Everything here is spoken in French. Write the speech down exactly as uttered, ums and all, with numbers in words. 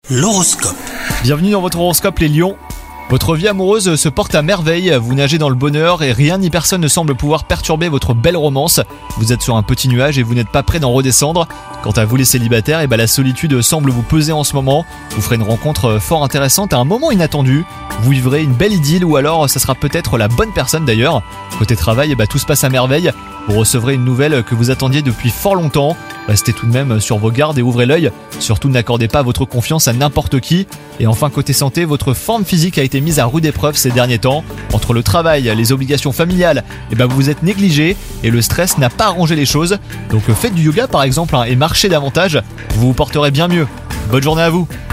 L'horoscope. Bienvenue dans votre horoscope les lions. Votre vie amoureuse se porte à merveille, vous nagez dans le bonheur et rien ni personne ne semble pouvoir perturber votre belle romance. Vous êtes sur un petit nuage et vous n'êtes pas prêt d'en redescendre. Quant à vous les célibataires, et bah la solitude semble vous peser en ce moment. Vous ferez une rencontre fort intéressante à un moment inattendu. Vous vivrez une belle idylle ou alors ça sera peut-être la bonne personne d'ailleurs. Côté travail, et bah tout se passe à merveille. Vous recevrez une nouvelle que vous attendiez depuis fort longtemps. Restez tout de même sur vos gardes et ouvrez l'œil. Surtout n'accordez pas votre confiance à n'importe qui. Et enfin côté santé, votre forme physique a été mise à rude épreuve ces derniers temps. Entre le travail, les obligations familiales, et bah vous vous êtes négligé et le stress n'a pas arrangé les choses. Donc faites du yoga par exemple hein, et marchez davantage, vous vous porterez bien mieux. Bonne journée à vous.